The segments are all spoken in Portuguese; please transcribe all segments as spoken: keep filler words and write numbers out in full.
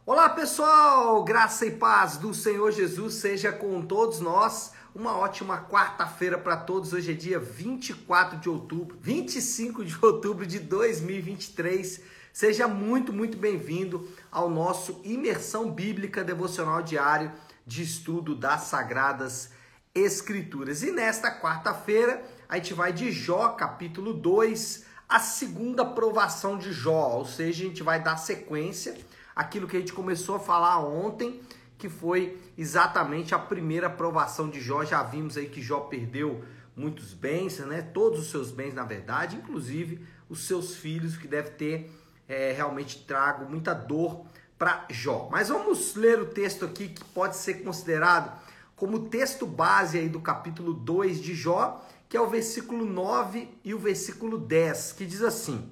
Olá pessoal, graça e paz do Senhor Jesus seja com todos nós. Uma ótima quarta-feira para todos. Hoje é dia vinte e quatro de outubro, vinte e cinco de outubro de dois mil e vinte e três. Seja muito, muito bem-vindo ao nosso Imersão Bíblica Devocional Diário de Estudo das Sagradas Escrituras. E nesta quarta-feira a gente vai de Jó, capítulo dois, a segunda provação de Jó, ou seja, a gente vai dar sequência aquilo que a gente começou a falar ontem, que foi exatamente a primeira provação de Jó. Já vimos aí que Jó perdeu muitos bens, né? Todos os seus bens, na verdade, inclusive os seus filhos, que deve ter é, realmente trago muita dor para Jó. Mas vamos ler o texto aqui, que pode ser considerado como texto base aí do capítulo dois de Jó, que é o versículo nove e o versículo dez, que diz assim: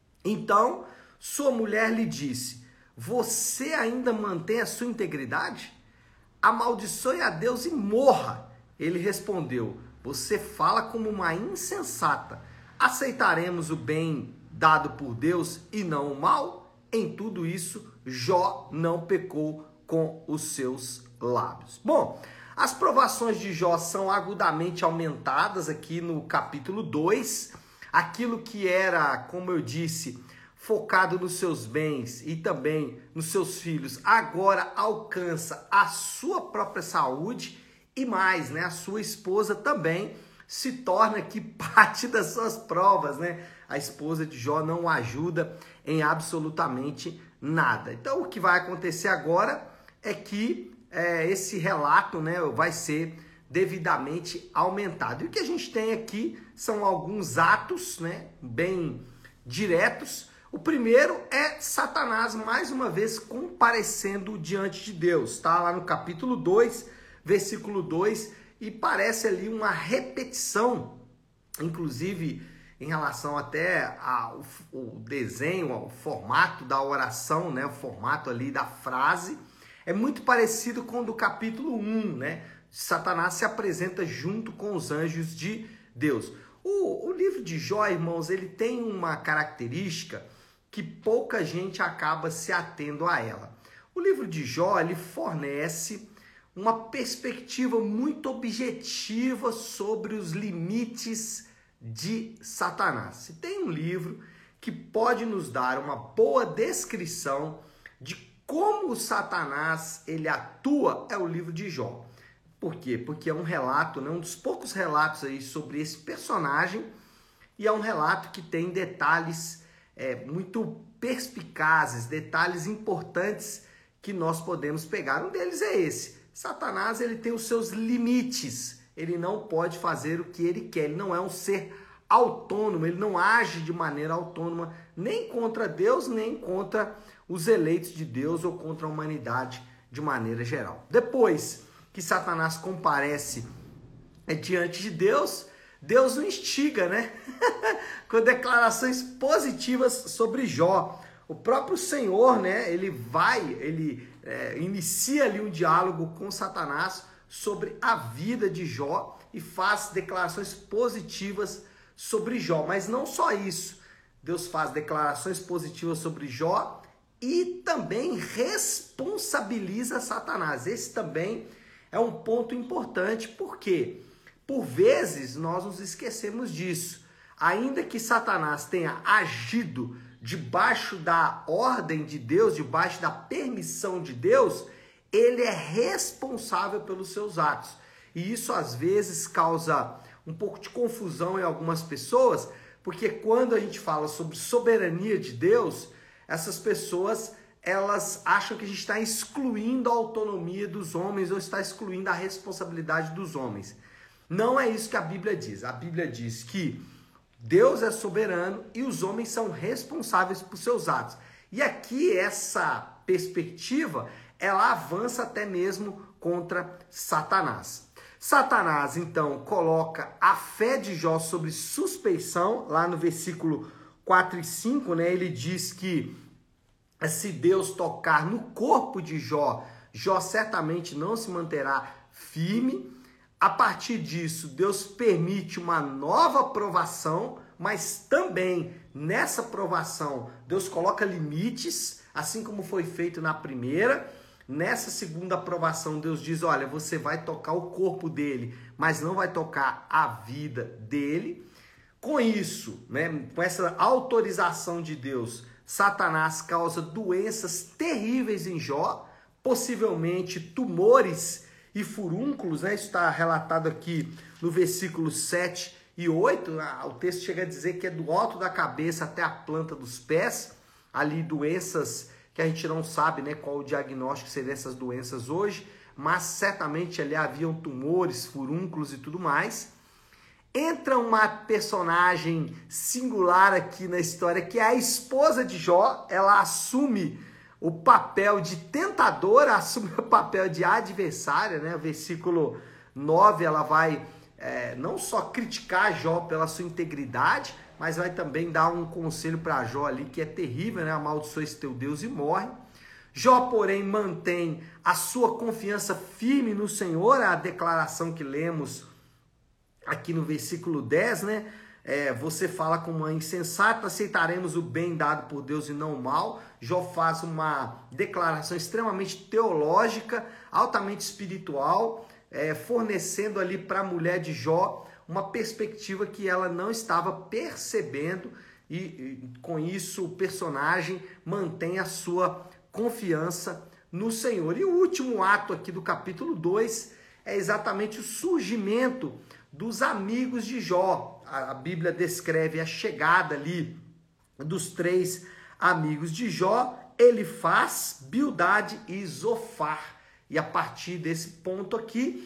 Então sua mulher lhe disse: Você ainda mantém a sua integridade? Amaldiçoe a Deus e morra. Ele respondeu: Você fala como uma insensata. Aceitaremos o bem dado por Deus e não o mal? Em tudo isso, Jó não pecou com os seus lábios. Bom, as provações de Jó são agudamente aumentadas aqui no capítulo dois. Aquilo que era, como eu disse, focado nos seus bens e também nos seus filhos, agora alcança a sua própria saúde e mais, né? A sua esposa também se torna aqui parte das suas provas, né? A esposa de Jó não o ajuda em absolutamente nada. Então, o que vai acontecer agora é que é, esse relato, né, vai ser devidamente aumentado. E o que a gente tem aqui são alguns atos, né, bem diretos. O primeiro é Satanás, mais uma vez, comparecendo diante de Deus. Está lá no capítulo dois, versículo dois, e parece ali uma repetição, inclusive em relação até ao, ao desenho, ao formato da oração, né? O formato ali da frase. É muito parecido com o do capítulo um, né? Satanás se apresenta junto com os anjos de Deus. O, o livro de Jó, irmãos, ele tem uma característica que pouca gente acaba se atendo a ela. O livro de Jó, ele fornece uma perspectiva muito objetiva sobre os limites de Satanás. Se tem um livro que pode nos dar uma boa descrição de como Satanás ele atua, é o livro de Jó. Por quê? Porque é um relato, né, um dos poucos relatos aí sobre esse personagem, e é um relato que tem detalhes É, muito perspicazes, detalhes importantes que nós podemos pegar. Um deles é esse: Satanás, ele tem os seus limites, ele não pode fazer o que ele quer, ele não é um ser autônomo, ele não age de maneira autônoma, nem contra Deus, nem contra os eleitos de Deus ou contra a humanidade de maneira geral. Depois que Satanás comparece é, diante de Deus, Deus o instiga, né? Com declarações positivas sobre Jó. O próprio Senhor, né? Ele vai, ele é, inicia ali um diálogo com Satanás sobre a vida de Jó e faz declarações positivas sobre Jó. Mas não só isso. Deus faz declarações positivas sobre Jó e também responsabiliza Satanás. Esse também é um ponto importante, porque por vezes nós nos esquecemos disso. Ainda que Satanás tenha agido debaixo da ordem de Deus, debaixo da permissão de Deus, ele é responsável pelos seus atos. E isso às vezes causa um pouco de confusão em algumas pessoas, porque quando a gente fala sobre soberania de Deus, essas pessoas elas acham que a gente está excluindo a autonomia dos homens ou está excluindo a responsabilidade dos homens. Não é isso que a Bíblia diz. A Bíblia diz que Deus é soberano e os homens são responsáveis por seus atos. E aqui essa perspectiva, ela avança até mesmo contra Satanás. Satanás, então, coloca a fé de Jó sobre suspeição, lá no versículo quatro e cinco, né? Ele diz que se Deus tocar no corpo de Jó, Jó certamente não se manterá firme. A partir disso, Deus permite uma nova provação, mas também nessa provação, Deus coloca limites assim como foi feito na primeira. Nessa segunda aprovação, Deus diz, olha, você vai tocar o corpo dele, mas não vai tocar a vida dele. Com isso, né, com essa autorização de Deus, Satanás causa doenças terríveis em Jó, possivelmente tumores e furúnculos, né? Isso está relatado aqui no versículo sete e oito, o texto chega a dizer que é do alto da cabeça até a planta dos pés, ali doenças que a gente não sabe, né, qual o diagnóstico seria essas doenças hoje, mas certamente ali haviam tumores, furúnculos e tudo mais. Entra uma personagem singular aqui na história, que é a esposa de Jó. Ela assume o papel de tentadora, assume o papel de adversária, né? Versículo nove, ela vai é, não só criticar Jó pela sua integridade, mas vai também dar um conselho para Jó ali que é terrível, né? Amaldiçoa esse teu Deus e morre. Jó, porém, mantém a sua confiança firme no Senhor, a declaração que lemos aqui no versículo dez, né? É, você fala como uma insensata, aceitaremos o bem dado por Deus e não o mal. Jó faz uma declaração extremamente teológica, altamente espiritual, é, fornecendo ali para a mulher de Jó uma perspectiva que ela não estava percebendo, e, e com isso o personagem mantém a sua confiança no Senhor. E o último ato aqui do capítulo dois é exatamente o surgimento dos amigos de Jó. A Bíblia descreve a chegada ali dos três amigos de Jó, Elifaz, Bildade e Zofar. E a partir desse ponto aqui,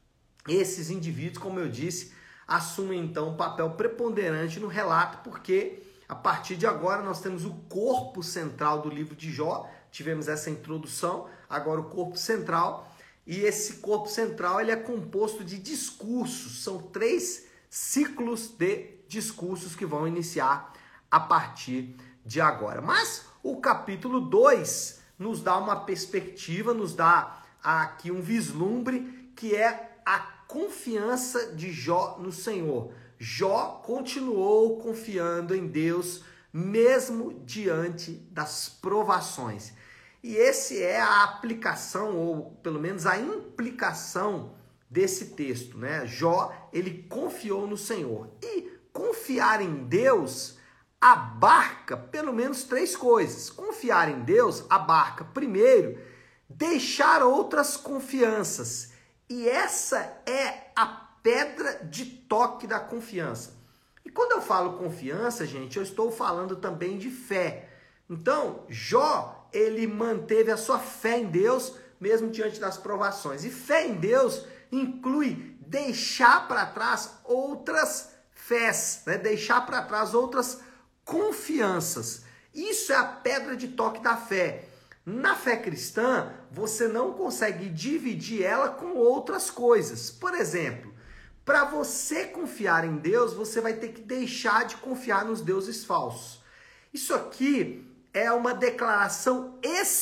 esses indivíduos, como eu disse, assumem então um papel preponderante no relato, porque a partir de agora nós temos o corpo central do livro de Jó. Tivemos essa introdução, agora o corpo central. E esse corpo central ele é composto de discursos. São três ciclos de discursos que vão iniciar a partir de agora. Mas o capítulo dois nos dá uma perspectiva, nos dá aqui um vislumbre, que é a confiança de Jó no Senhor. Jó continuou confiando em Deus, mesmo diante das provações. E esse é a aplicação, ou pelo menos a implicação desse texto, né? Jó, ele confiou no Senhor. E confiar em Deus abarca pelo menos três coisas. Confiar em Deus abarca, primeiro, deixar outras confianças. E essa é a pedra de toque da confiança. E quando eu falo confiança, gente, eu estou falando também de fé. Então, Jó, ele manteve a sua fé em Deus, mesmo diante das provações. E fé em Deus inclui deixar para trás outras fés, né? Deixar para trás outras confianças. Isso é a pedra de toque da fé. Na fé cristã, você não consegue dividir ela com outras coisas. Por exemplo, para você confiar em Deus, você vai ter que deixar de confiar nos deuses falsos. Isso aqui é uma declaração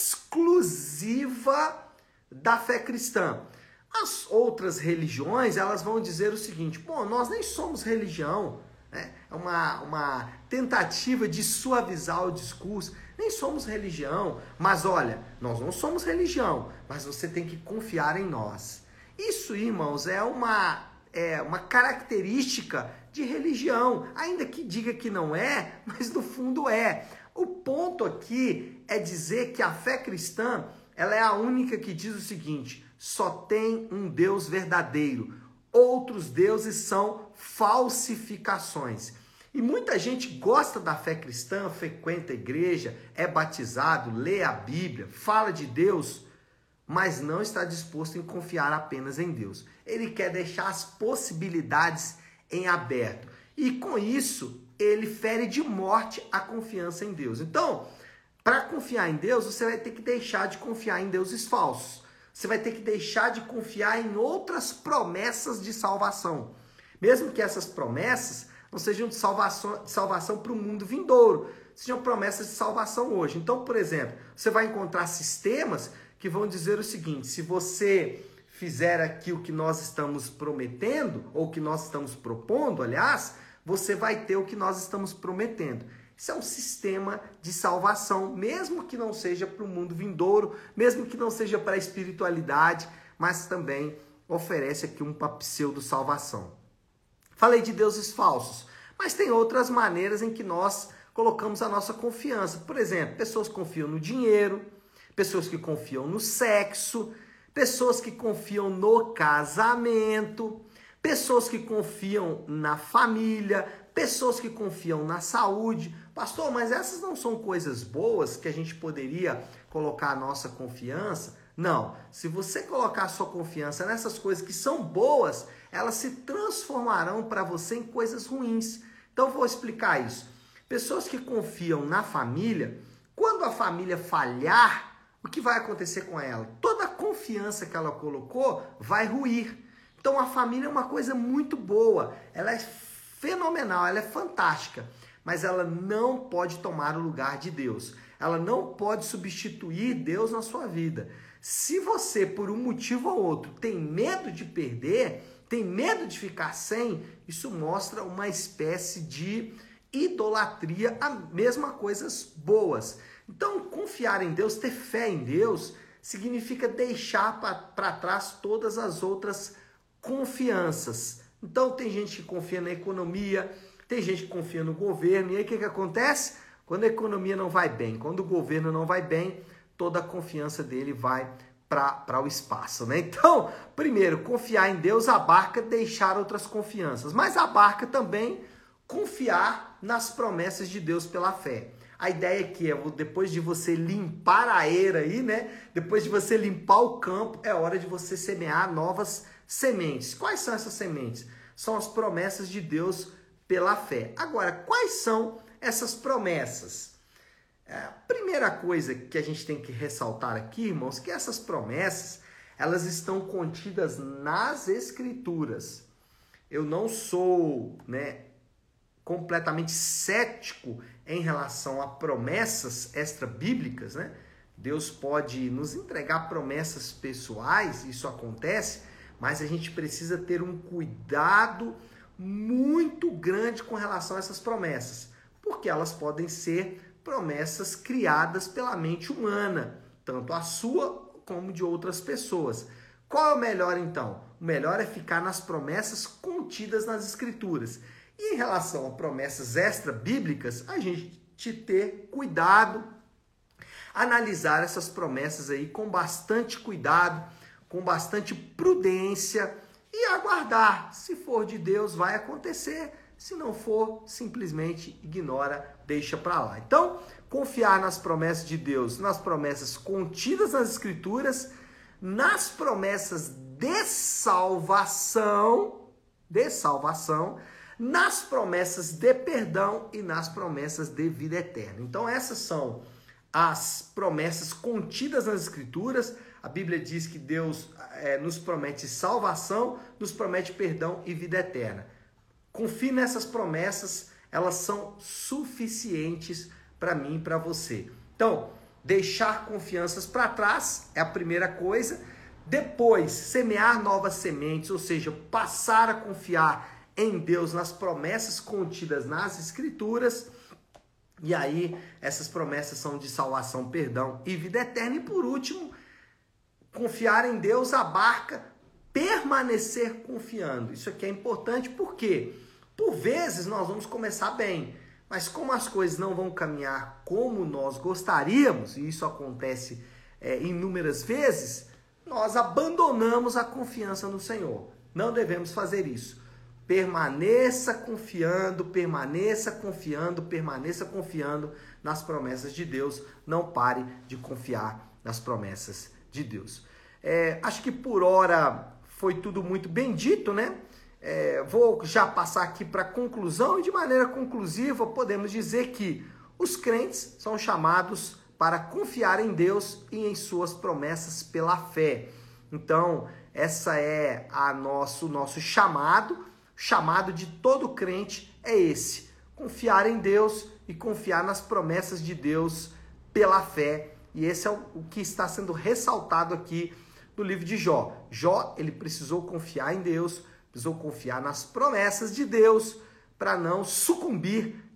exclusiva da fé cristã. As outras religiões, elas vão dizer o seguinte: bom, nós nem somos religião, né? É uma, uma tentativa de suavizar o discurso. Nem somos religião, mas olha, nós não somos religião, mas você tem que confiar em nós. Isso, irmãos, é uma, é uma característica de religião, ainda que diga que não é, mas no fundo é. O ponto aqui é dizer que a fé cristã, ela é a única que diz o seguinte: só tem um Deus verdadeiro, outros deuses são falsificações. E muita gente gosta da fé cristã, frequenta a igreja, é batizado, lê a Bíblia, fala de Deus, mas não está disposto em confiar apenas em Deus. Ele quer deixar as possibilidades em aberto. E com isso, ele fere de morte a confiança em Deus. Então, para confiar em Deus, você vai ter que deixar de confiar em deuses falsos. Você vai ter que deixar de confiar em outras promessas de salvação. Mesmo que essas promessas não sejam de salvação, de salvação para o mundo vindouro, sejam promessas de salvação hoje. Então, por exemplo, você vai encontrar sistemas que vão dizer o seguinte: se você fizer aqui o que nós estamos prometendo, ou que nós estamos propondo, aliás, você vai ter o que nós estamos prometendo. Isso é um sistema de salvação, mesmo que não seja para o mundo vindouro, mesmo que não seja para a espiritualidade, mas também oferece aqui uma pseudo-salvação. Falei de deuses falsos, mas tem outras maneiras em que nós colocamos a nossa confiança. Por exemplo, pessoas que confiam no dinheiro, pessoas que confiam no sexo, pessoas que confiam no casamento, pessoas que confiam na família, pessoas que confiam na saúde. Pastor, mas essas não são coisas boas que a gente poderia colocar a nossa confiança? Não. Se você colocar a sua confiança nessas coisas que são boas, elas se transformarão para você em coisas ruins. Então, vou explicar isso. Pessoas que confiam na família, quando a família falhar, o que vai acontecer com ela? Toda a confiança que ela colocou vai ruir. Então, a família é uma coisa muito boa, ela é fenomenal, ela é fantástica, mas ela não pode tomar o lugar de Deus. Ela não pode substituir Deus na sua vida. Se você, por um motivo ou outro, tem medo de perder, tem medo de ficar sem, isso mostra uma espécie de idolatria, a mesma coisas boas. Então, confiar em Deus, ter fé em Deus, significa deixar para trás todas as outras confianças. Então, tem gente que confia na economia, tem gente que confia no governo, e aí o que, que acontece? Quando a economia não vai bem, quando o governo não vai bem, toda a confiança dele vai para o espaço, né? Então, primeiro, confiar em Deus abarca deixar outras confianças, mas abarca também confiar nas promessas de Deus pela fé. A ideia aqui é, depois de você limpar a eira aí, né? Depois de você limpar o campo, é hora de você semear novas sementes. Quais são essas sementes? São as promessas de Deus pela fé. Agora, quais são essas promessas? A primeira coisa que a gente tem que ressaltar aqui, irmãos, que essas promessas, elas estão contidas nas Escrituras. Eu não sou, né, completamente cético em relação a promessas extra-bíblicas, né? Deus pode nos entregar promessas pessoais, isso acontece, mas a gente precisa ter um cuidado muito grande com relação a essas promessas, porque elas podem ser promessas criadas pela mente humana, tanto a sua como de outras pessoas. Qual é o melhor então? O melhor é ficar nas promessas contidas nas Escrituras. E em relação a promessas extra-bíblicas, a gente ter cuidado, analisar essas promessas aí com bastante cuidado, com bastante prudência e aguardar. Se for de Deus, vai acontecer. Se não for, simplesmente ignora, deixa para lá. Então, confiar nas promessas de Deus, nas promessas contidas nas Escrituras, nas promessas de salvação, de salvação, nas promessas de perdão e nas promessas de vida eterna. Então, essas são as promessas contidas nas Escrituras. A Bíblia diz que Deus é, nos promete salvação, nos promete perdão e vida eterna. Confie nessas promessas, elas são suficientes para mim e para você. Então, deixar confianças para trás é a primeira coisa. Depois, semear novas sementes, ou seja, passar a confiar em Deus, nas promessas contidas nas Escrituras. E aí, essas promessas são de salvação, perdão e vida eterna. E por último, confiar em Deus abarca permanecer confiando. Isso aqui é importante porque, por vezes, nós vamos começar bem, mas como as coisas não vão caminhar como nós gostaríamos, e isso acontece é, inúmeras vezes, nós abandonamos a confiança no Senhor. Não devemos fazer isso. Permaneça confiando, permaneça confiando, permaneça confiando nas promessas de Deus. Não pare de confiar nas promessas de Deus. É, acho que por hora foi tudo muito bem dito, né? É, vou já passar aqui para a conclusão e de maneira conclusiva podemos dizer que os crentes são chamados para confiar em Deus e em suas promessas pela fé. Então, essa é a nosso, o nosso chamado. O chamado de todo crente é esse: confiar em Deus e confiar nas promessas de Deus pela fé. E esse é o, o que está sendo ressaltado aqui no livro de Jó. Jó, ele precisou confiar em Deus, precisou confiar nas promessas de Deus para não sucumbir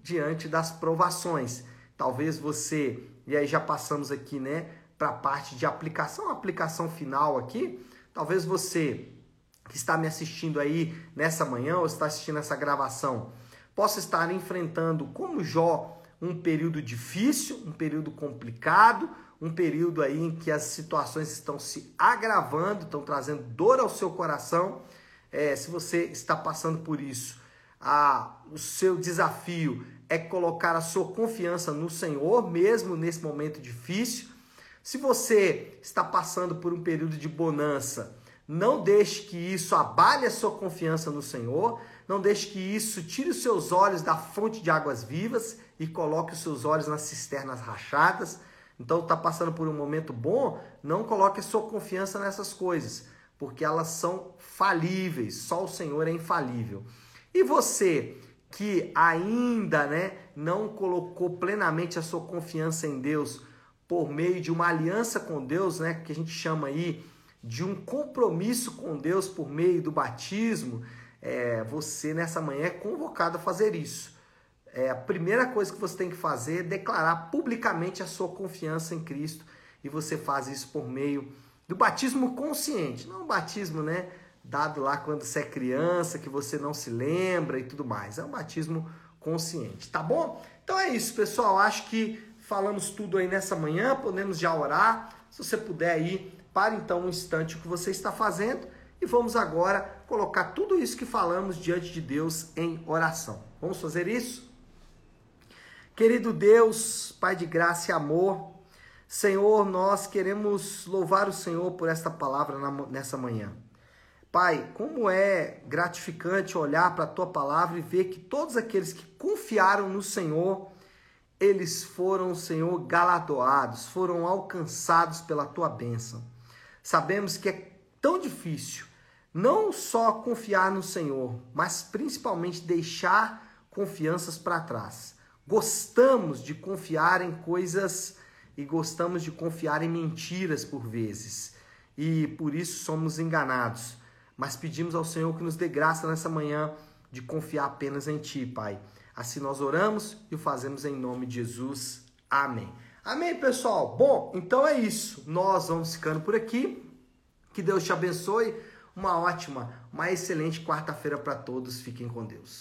diante das provações. Talvez você, e aí já passamos aqui, né, para a parte de aplicação, a aplicação final aqui, talvez você que está me assistindo aí nessa manhã ou está assistindo essa gravação, possa estar enfrentando, como Jó, um período difícil, um período complicado, um período aí em que as situações estão se agravando, estão trazendo dor ao seu coração. É, se você está passando por isso, a, o seu desafio é colocar a sua confiança no Senhor, mesmo nesse momento difícil. Se você está passando por um período de bonança, não deixe que isso abale a sua confiança no Senhor, não deixe que isso tire os seus olhos da fonte de águas vivas e coloque os seus olhos nas cisternas rachadas. Então, está passando por um momento bom, não coloque a sua confiança nessas coisas, porque elas são falíveis, só o Senhor é infalível. E você que ainda, né, não colocou plenamente a sua confiança em Deus por meio de uma aliança com Deus, né, que a gente chama aí de um compromisso com Deus por meio do batismo, é, você nessa manhã é convocado a fazer isso. É, a primeira coisa que você tem que fazer é declarar publicamente a sua confiança em Cristo, e você faz isso por meio do batismo consciente, não o batismo, né, dado lá quando você é criança, que você não se lembra e tudo mais, é um batismo consciente, tá bom? Então é isso, pessoal, acho que falamos tudo aí nessa manhã, podemos já orar. Se você puder aí, pare então um instante o que você está fazendo e vamos agora colocar tudo isso que falamos diante de Deus em oração. Vamos fazer isso? Querido Deus, Pai de graça e amor, Senhor, nós queremos louvar o Senhor por esta palavra nessa manhã. Pai, como é gratificante olhar para a Tua palavra e ver que todos aqueles que confiaram no Senhor, eles foram, Senhor, galardoados, foram alcançados pela Tua bênção. Sabemos que é tão difícil não só confiar no Senhor, mas principalmente deixar confianças para trás. Gostamos de confiar em coisas e gostamos de confiar em mentiras por vezes. E por isso somos enganados. Mas pedimos ao Senhor que nos dê graça nessa manhã de confiar apenas em Ti, Pai. Assim nós oramos e o fazemos em nome de Jesus. Amém. Amém, pessoal? Bom, então é isso. Nós vamos ficando por aqui. Que Deus te abençoe. Uma ótima, uma excelente quarta-feira para todos. Fiquem com Deus.